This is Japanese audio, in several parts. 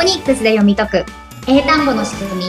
ニックスで読み解く英単語の仕組み。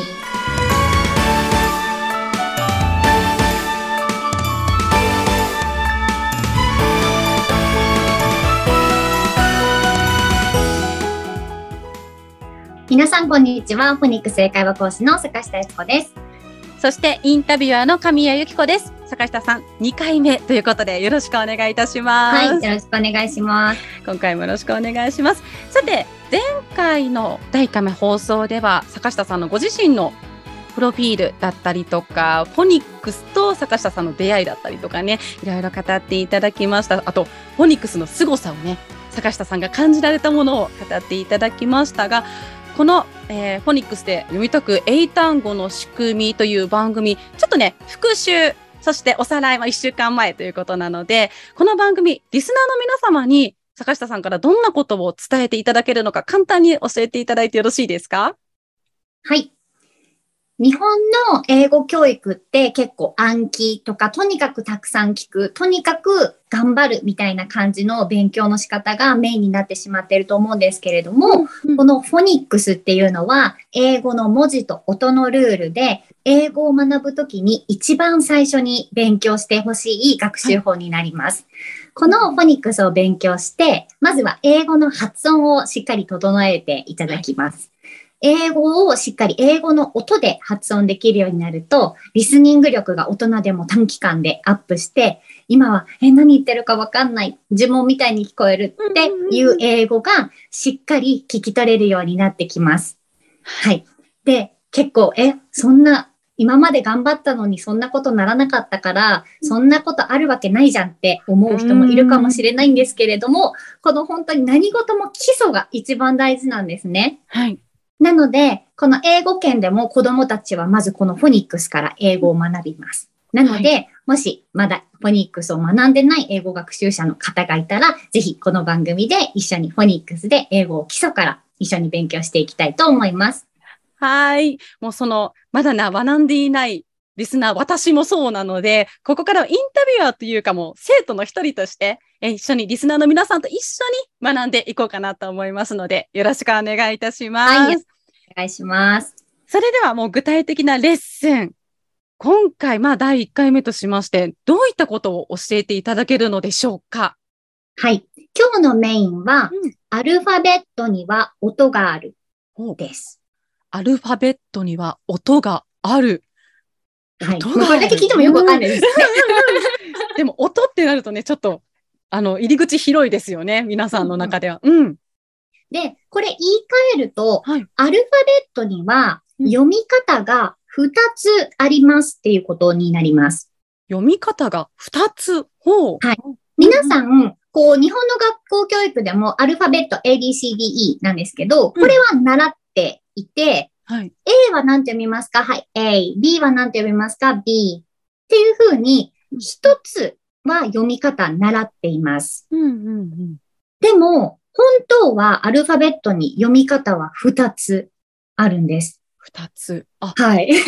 皆さんこんにちは。フォニックス英会話講師の坂下悦子です。 そしてインタビュアーの神谷由紀子です。坂下さん、2回目ということでよろしくお願いいたします。 はい、よろしくお願いします。 今回もよろしくお願いします。さて、前回の第1回目放送では坂下さんのご自身のプロフィールだったりとか、フォニックスと坂下さんの出会いだったりとかね、いろいろ語っていただきました。あと、フォニックスの凄さをね、坂下さんが感じられたものを語っていただきましたが、この、フォニックスで読み解く英単語の仕組みという番組、ちょっとね、復習、そしておさらいは1週間前ということなので、この番組、リスナーの皆様に坂下さんからどんなことを伝えていただけるのか、簡単に教えていただいてよろしいですか？ はい。日本の英語教育って結構暗記とか、とにかくたくさん聞く、とにかく頑張るみたいな感じの勉強の仕方がメインになってしまっていると思うんですけれども、このフォニックスっていうのは英語の文字と音のルールで、英語を学ぶときに一番最初に勉強してほしい学習法になります。このフォニックスを勉強して、まずは英語の発音をしっかり整えていただきます。英語をしっかり英語の音で発音できるようになると、リスニング力が大人でも短期間でアップして、今は何言ってるかわかんない、呪文みたいに聞こえるっていう英語がしっかり聞き取れるようになってきます。はい。で、結構、そんな、今まで頑張ったのにそんなことならなかったから、そんなことあるわけないじゃんって思う人もいるかもしれないんですけれども、この本当に何事も基礎が一番大事なんですね。 はい。 なので、この英語圏でも子供たちはまずこのフォニックスから英語を学びます。なので、もしまだフォニックスを学んでない英語学習者の方がいたら、ぜひこの番組で一緒にフォニックスで英語を基礎から一緒に勉強していきたいと思います。 はい。もうまだ学んでいないリスナー、私もそうなので、ここからはインタビュアーというかもう生徒の一人として、一緒にリスナーの皆さんと一緒に学んでいこうかなと思いますので、よろしくお願いいたします。 はい、お願いします。 それではもう具体的なレッスン。今回、第1回目としまして、どういったことを教えていただけるのでしょうか？ はい。今日のメインは、アルファベットには音があるです。 アルファベットには音がある。 はい。これだけ聞いてもよくわかんないですね。 でも音ってなるとね、ちょっと、入り口広いですよね。皆さんの中では。 で、これ言い換えると、 はい、 アルファベットには読み方が2つありますっていうことになります。 読み方が2つ。 はい。皆さん、日本の学校教育でもアルファベット ABCDE なんですけど、これは習っていて、 はい、 A は何て読みますか？はい、A。B は何て読みますか？ B。っていうふうに、一つは読み方習っています。でも、本当はアルファベットに読み方は2つあるんです。 2つ。 はい。で、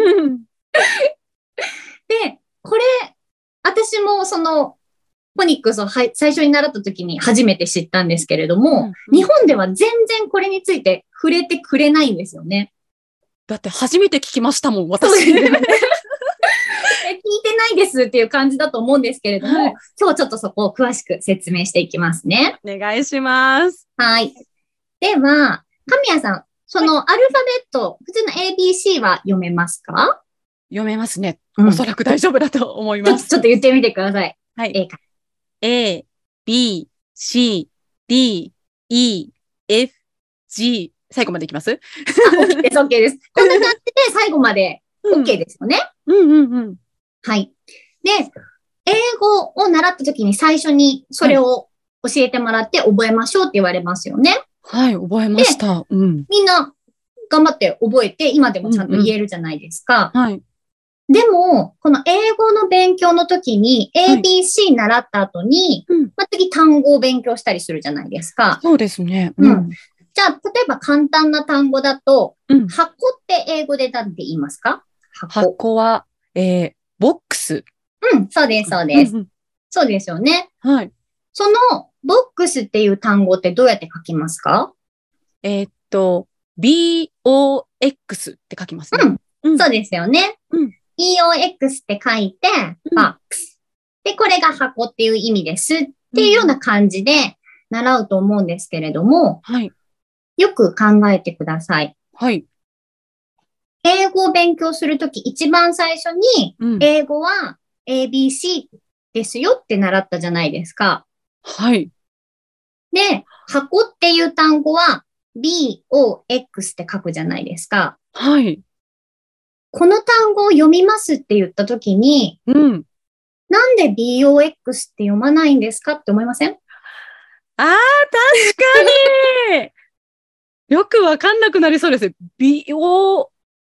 これ、私もフォニックスを最初に習った時に初めて知ったんですけれども、日本では全然これについて触れてくれないんですよね。 だって初めて聞きましたもん、私。 そうですよね。聞いてないですっていう感じだと思うんですけれども、はい、今日ちょっとそこを詳しく説明していきますね。 お願いします。 はい。では、神谷さん、アルファベット、普通の ABC は読めますか？ 読めますね。おそらく大丈夫だと思います。 ちょっと言ってみてください。 はい。A, B, C, D, E, F, G。最後までいきます？ OK です、OK です。こんな感じで最後まで OK ですよね。はい。で、英語を習った時に最初にそれを教えてもらって覚えましょうって言われますよね。 はい、覚えました。 みんな頑張って覚えて、今でもちゃんと言えるじゃないですか。 はい。 でも、この英語の勉強の時に ABC 習った後に、次単語を勉強したりするじゃないですか。 そうですね。 じゃあ、例えば簡単な単語だと、箱って英語で何て言いますか？ 箱は、ボックス。 そうです、そうです。そうですよね。 はい。 その、ボックスっていう単語ってどうやって書きますか？ BOX って書きますね。 そうですよね。BOX って書いて、ボックス。で、これが箱っていう意味ですっていうような感じで習うと思うんですけれども、よく考えてください。英語を勉強するとき、一番最初に、英語は ABC ですよって習ったじゃないですか。で、箱っていう単語は BOX って書くじゃないですか。この単語を読みますって言ったときに、なんで BOX って読まないんですかって思いません？ 確かによくわかんなくなりそうです。BOX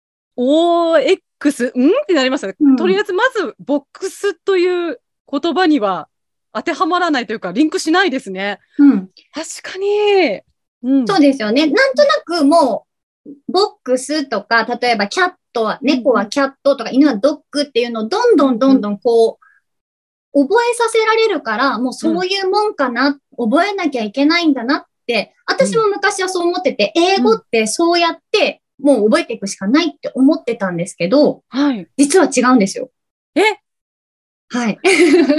ってなりましたね。とりあえず、まず、ボックスという言葉には当てはまらないというか、リンクしないですね。確かに。 そうですよね。なんとなくもう、ボックスとか、例えばキャットは、猫はキャットとか、犬はドッグっていうのをどんどんこう、覚えさせられるから、もうそういうもんかな、覚えなきゃいけないんだなって、私も昔はそう思ってて、英語ってそうやって、もう覚えていくしかないって思ってたんですけど、実は違うんですよ。はい。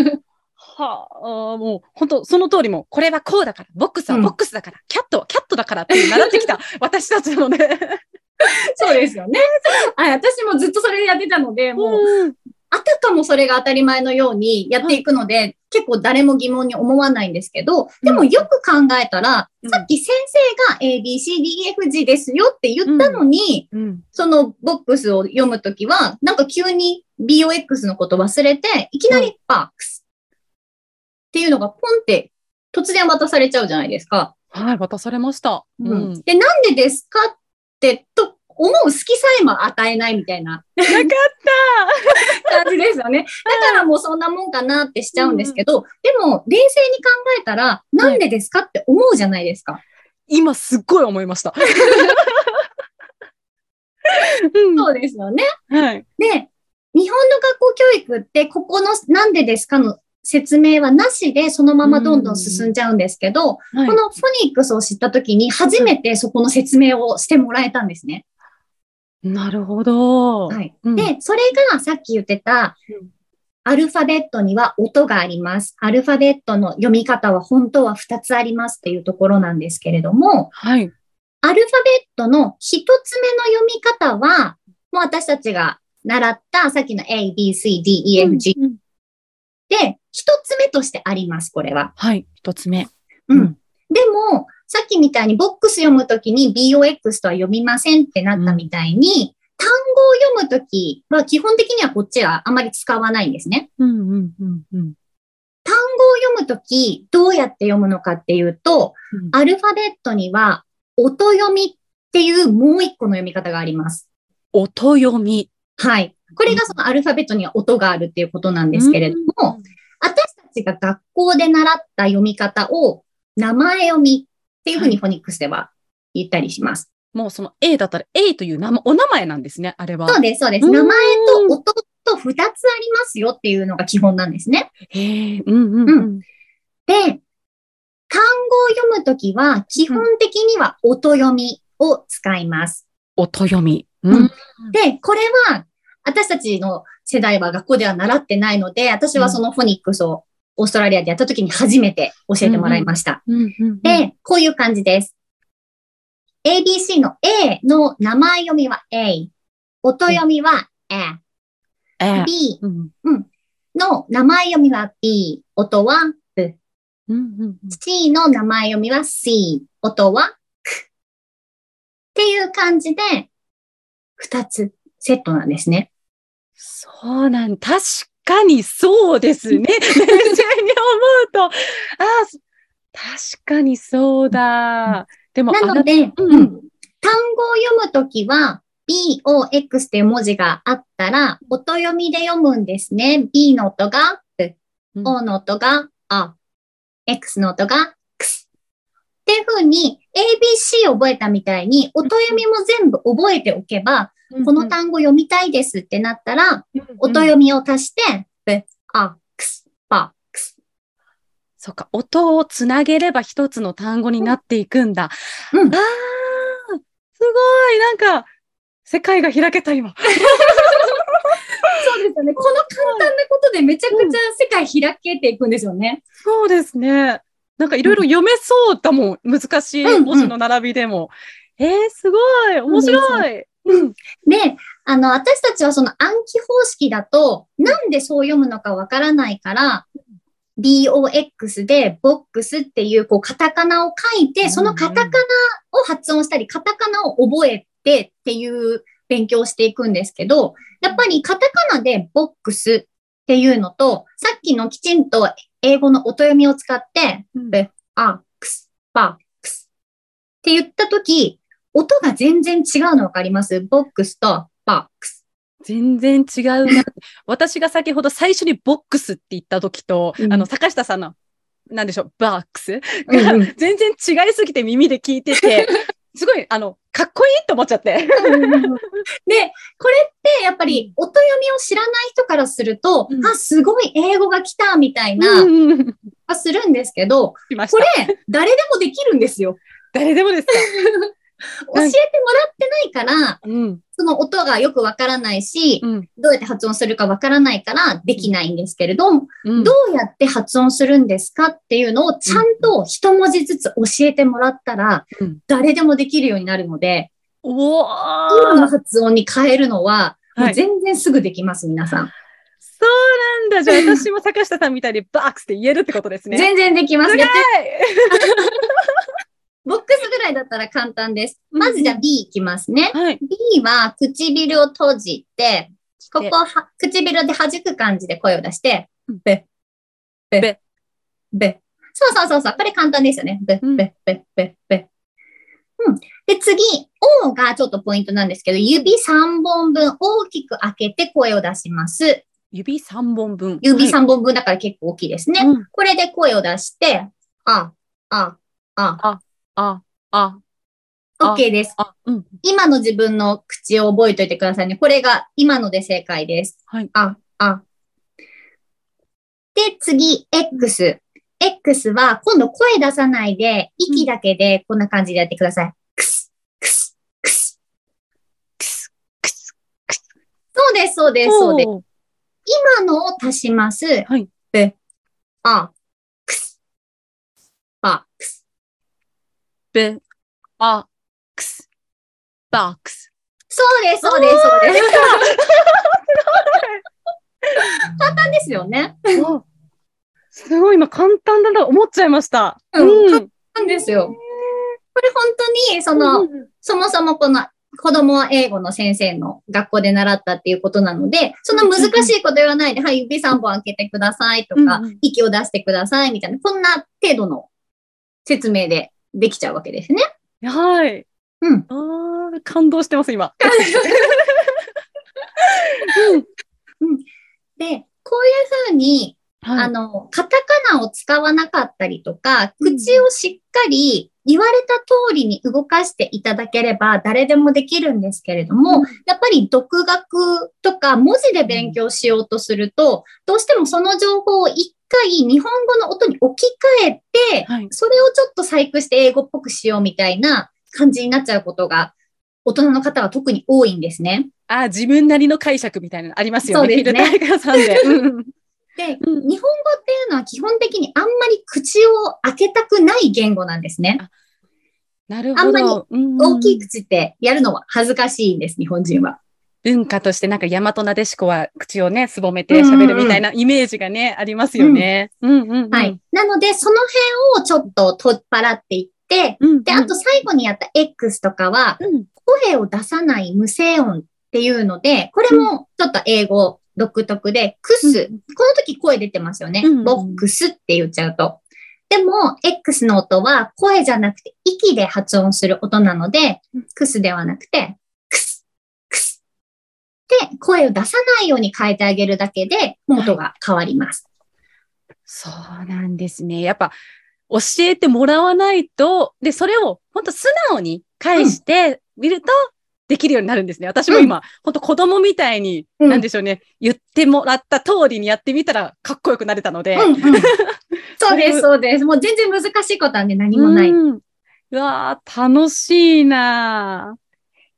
もう本当その通りも、これはこうだから、ボックスはボックスだから、キャットはキャットだからって習ってきた私たちなので。 そうですよね。私もずっとそれでやってたので、もう、あたかもそれが当たり前のようにやっていくので、結構誰も疑問に思わないんですけど、でもよく考えたら、さっき先生が ABCDEFG ですよって言ったのに、そのボックスを読むときは、なんか急に BOX のこと忘れて、いきなりボックスっていうのがポンって突然渡されちゃうじゃないですか。 渡されました。 で、なんでですかって思う隙さえも与えないみたいな。 なかった感じですよね。だからもうそんなもんかなってしちゃうんですけど、でも冷静に考えたら、なんでですかって思うじゃないですか。 今すっごい思いました。 そうですよね。 で、 日本の学校教育って、ここのなんでですかの説明はなしでそのままどんどん進んじゃうんですけど、このフォニックスを知ったときに初めてそこの説明をしてもらえたんですね。 なるほど。 で、それがさっき言ってた、アルファベットには音があります。アルファベットの読み方は本当は2つありますっていうところなんですけれども、アルファベットの1つ目の読み方は、もう私たちが習ったさっきの A, B, C, D, E, F, G、で、1つ目としてあります、これは。 1つ目。 でも、さっきみたいにボックス読むときに BOX とは読みませんってなったみたいに、単語を読むときは基本的にはこっちはあまり使わないんですね。単語を読むときどうやって読むのかっていうと、アルファベットには音読みっていうもう一個の読み方があります。 音読み。 はい。これがそのアルファベットには音があるっていうことなんですけれども、私たちが学校で習った読み方を名前読みっていうふうにフォニックスでは言ったりします。 もうその A だったら A というお名前なんですね、あれは。 そうです、そうです。名前と音と2つありますよっていうのが基本なんですね。で、単語を読むときは基本的には音読みを使います。 音読み。 で、これは私たちの世代は学校では習ってないので、私はそのフォニックスをオーストラリアでやったときに初めて教えてもらいました。で、こういう感じです。ABC の A の名前読みは A。音読みは A。B の名前読みは B。音は B。C の名前読みは C。音は K。っていう感じで、2つセットなんですね。 そう確かにそうですね。冷静に思うと。確かにそうだ。でも、 なので、単語を読むときは、BOX っていう文字があったら、音読みで読むんですね。B の音が B、O の音が A、X の音が X。っていう風に、ABC を覚えたみたいに、音読みも全部覚えておけば、この単語読みたいですってなったら、音読みを足して、B、A、X、B、X。 そうか、音をつなげれば一つの単語になっていくんだ。 ごい、なんか、世界が開けた今。 そうですよね。この簡単なことでめちゃくちゃ世界開けていくんですよね。 そうですね。なんかいろいろ読めそうだもん。難しい文字の並びでも。すごい。面白い。 で、私たちはその暗記方式だと、なんでそう読むのかわからないから、BOX でボックスっていう、カタカナを書いて、そのカタカナを発音したり、カタカナを覚えてっていう勉強をしていくんですけど、やっぱりカタカナでボックスっていうのと、さっきのきちんと英語の音読みを使って、バックス、バックスって言ったとき、音が全然違うのわかります？ボックスとバックス。 全然違うな。私が先ほど最初にボックスって言った時と、坂下さんの、なんでしょう、バックスが全然違いすぎて耳で聞いてて、すごい、かっこいいと思っちゃって。で、これってやっぱり音読みを知らない人からすると、すごい英語が来たみたいな、するんですけど、これ、誰でもできるんですよ。 誰でもですか？ 教えてもらってないから、その音がよくわからないし、どうやって発音するかわからないからできないんですけれど、どうやって発音するんですかっていうのをちゃんと一文字ずつ教えてもらったら、誰でもできるようになるので、今の発音に変えるのは、もう全然すぐできます、皆さん。 そうなんだ。じゃあ私も坂下さんみたいにバックスって言えるってことですね。 全然できます。ボックスぐらいだったら簡単です。まずじゃあ B いきますね。B は唇を閉じて、ここは唇で弾く感じで声を出して、べ、べ、べ。そう。これ簡単ですよね。べ。で、次、O がちょっとポイントなんですけど、指3本分大きく開けて声を出します。 指3本分。 指3本分だから結構大きいですね。これで声を出して、OK です。今の自分の口を覚えておいてくださいね。これが今ので正解です。で、次、X。X は今度声出さないで、息だけでこんな感じでやってください。クス、クス、クス。クス、クス、クス。そうです。今のを足します。べ、クス、バックス。 べ、クス、バックス。 そうです。簡単ですよね。 すごい、今簡単だな思っちゃいました。 簡単ですよ。これ本当に、そもそもこの子供英語の先生の学校で習ったっていうことなので、その難しいこと言わないで、はい、指3本開けてくださいとか、息を出してくださいみたいな、こんな程度の説明でできちゃうわけですね。 はい。感動してます、今。 で、こういうふうに、カタカナを使わなかったりとか、口をしっかり言われた通りに動かしていただければ誰でもできるんですけれども、やっぱり独学とか文字で勉強しようとすると、どうしてもその情報を一回日本語の音に置き換えて、それをちょっと細工して英語っぽくしようみたいな感じになっちゃうことが大人の方は特に多いんですね。 自分なりの解釈みたいなのありますよね。 そうですね。 フィルターさんで。 で、日本語っていうのは基本的にあんまり口を開けたくない言語なんですね。 なるほど。 あんまり大きい口ってやるのは恥ずかしいんです、日本人は。 文化としてなんか大和なでしこは口をね、すぼめて喋るみたいなイメージがね、ありますよね。 はい。なので、その辺をちょっと取っ払っていって、で、あと最後にやった X とかは、声を出さない無声音っていうので、これもちょっと英語独特で、クス。この時声出てますよね。ボックスって言っちゃうと。でも、X の音は声じゃなくて息で発音する音なので、クスではなくて、クス、クス。で、声を出さないように変えてあげるだけで、音が変わります。 そうなんですね。やっぱ、教えてもらわないと、で、それを本当素直に返してみると、できるようになるんですね。私も今、本当子供みたいに、なんでしょうね、言ってもらった通りにやってみたら、かっこよくなれたので。 そうです、そうです。もう全然難しいことはね、何もない。 うわー、楽しいな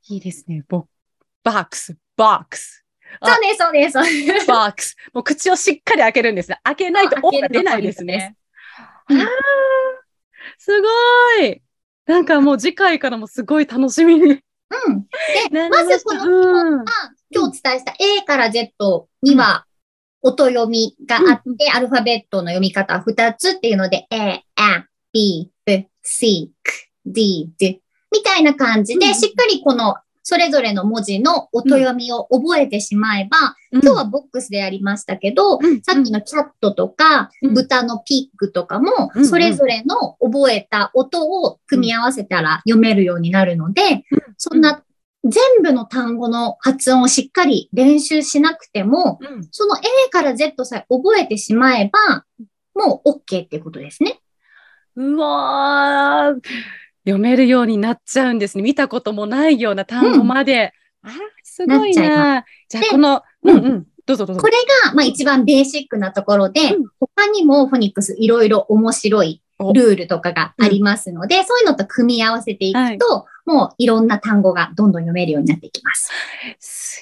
いいですね。バックス、バックス。 そうです、そうです、そうです。 バックス。もう口をしっかり開けるんですね。開けないと音が出ないですね。 うんあーすごい。なんかもう次回からもすごい楽しみにうん。で、 なりまました。 ずこの基本は、今日お伝えした A から Z には音読みがあって、アルファベットの読み方は2つっていうので、A, A, B, B, C, K, D, D みたいな感じで、しっかりこのそれぞれの文字の音読みを覚えてしまえば、今日はボックスでやりましたけど、さっきのキャットとか、豚のピッグとかも、それぞれの覚えた音を組み合わせたら読めるようになるので、そんな全部の単語の発音をしっかり練習しなくても、その A から Z さえ覚えてしまえば、もう OK っていうことですね。 うわー。読めるようになっちゃうんですね。見たこともないような単語まで。すごいな。じゃあこの、どうぞどうぞ。 これが、まあ一番ベーシックなところで、他にもフォニックスいろいろ面白いルールとかがありますので、そういうのと組み合わせていくと、もういろんな単語がどんどん読めるようになっていきます。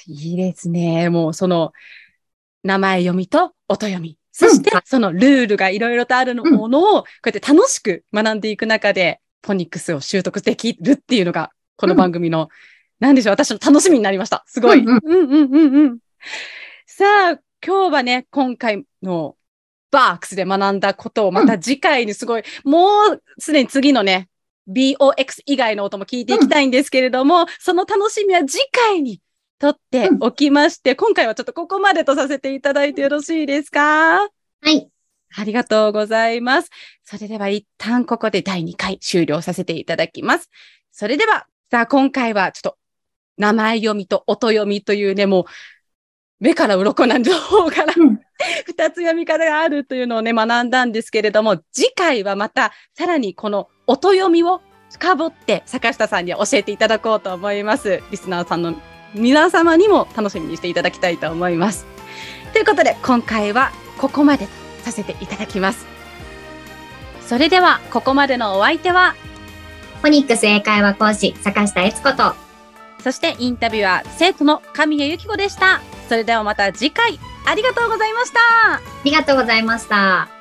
いいですね。もうその名前読みと音読み。そしてそのルールがいろいろとあるものをこうやって楽しく学んでいく中で、フォニックスを習得できるっていうのが、この番組の、なんでしょう、私の楽しみになりました。すごい。さあ、今日はね、今回のバークスで学んだことをまた次回にすごい、もうすでに次のね、BOX 以外の音も聞いていきたいんですけれども、その楽しみは次回にとっておきまして、今回はちょっとここまでとさせていただいてよろしいですか？ はい。 ありがとうございます。それでは一旦ここで第2回終了させていただきます。それでは、さあ今回はちょっと名前読みと音読みというね、もう目から鱗な情報から2つ読み方があるというのをね、学んだんですけれども、次回はまたさらにこの音読みを深掘って坂下さんに教えていただこうと思います。リスナーさんの皆様にも楽しみにしていただきたいと思います。ということで今回はここまでとさせていただきます。それではここまでのお相手はフォニックス英会話講師坂下悦子と、 そしてインタビュアー生徒の神谷由紀子でした。それではまた次回ありがとうございました。 ありがとうございました。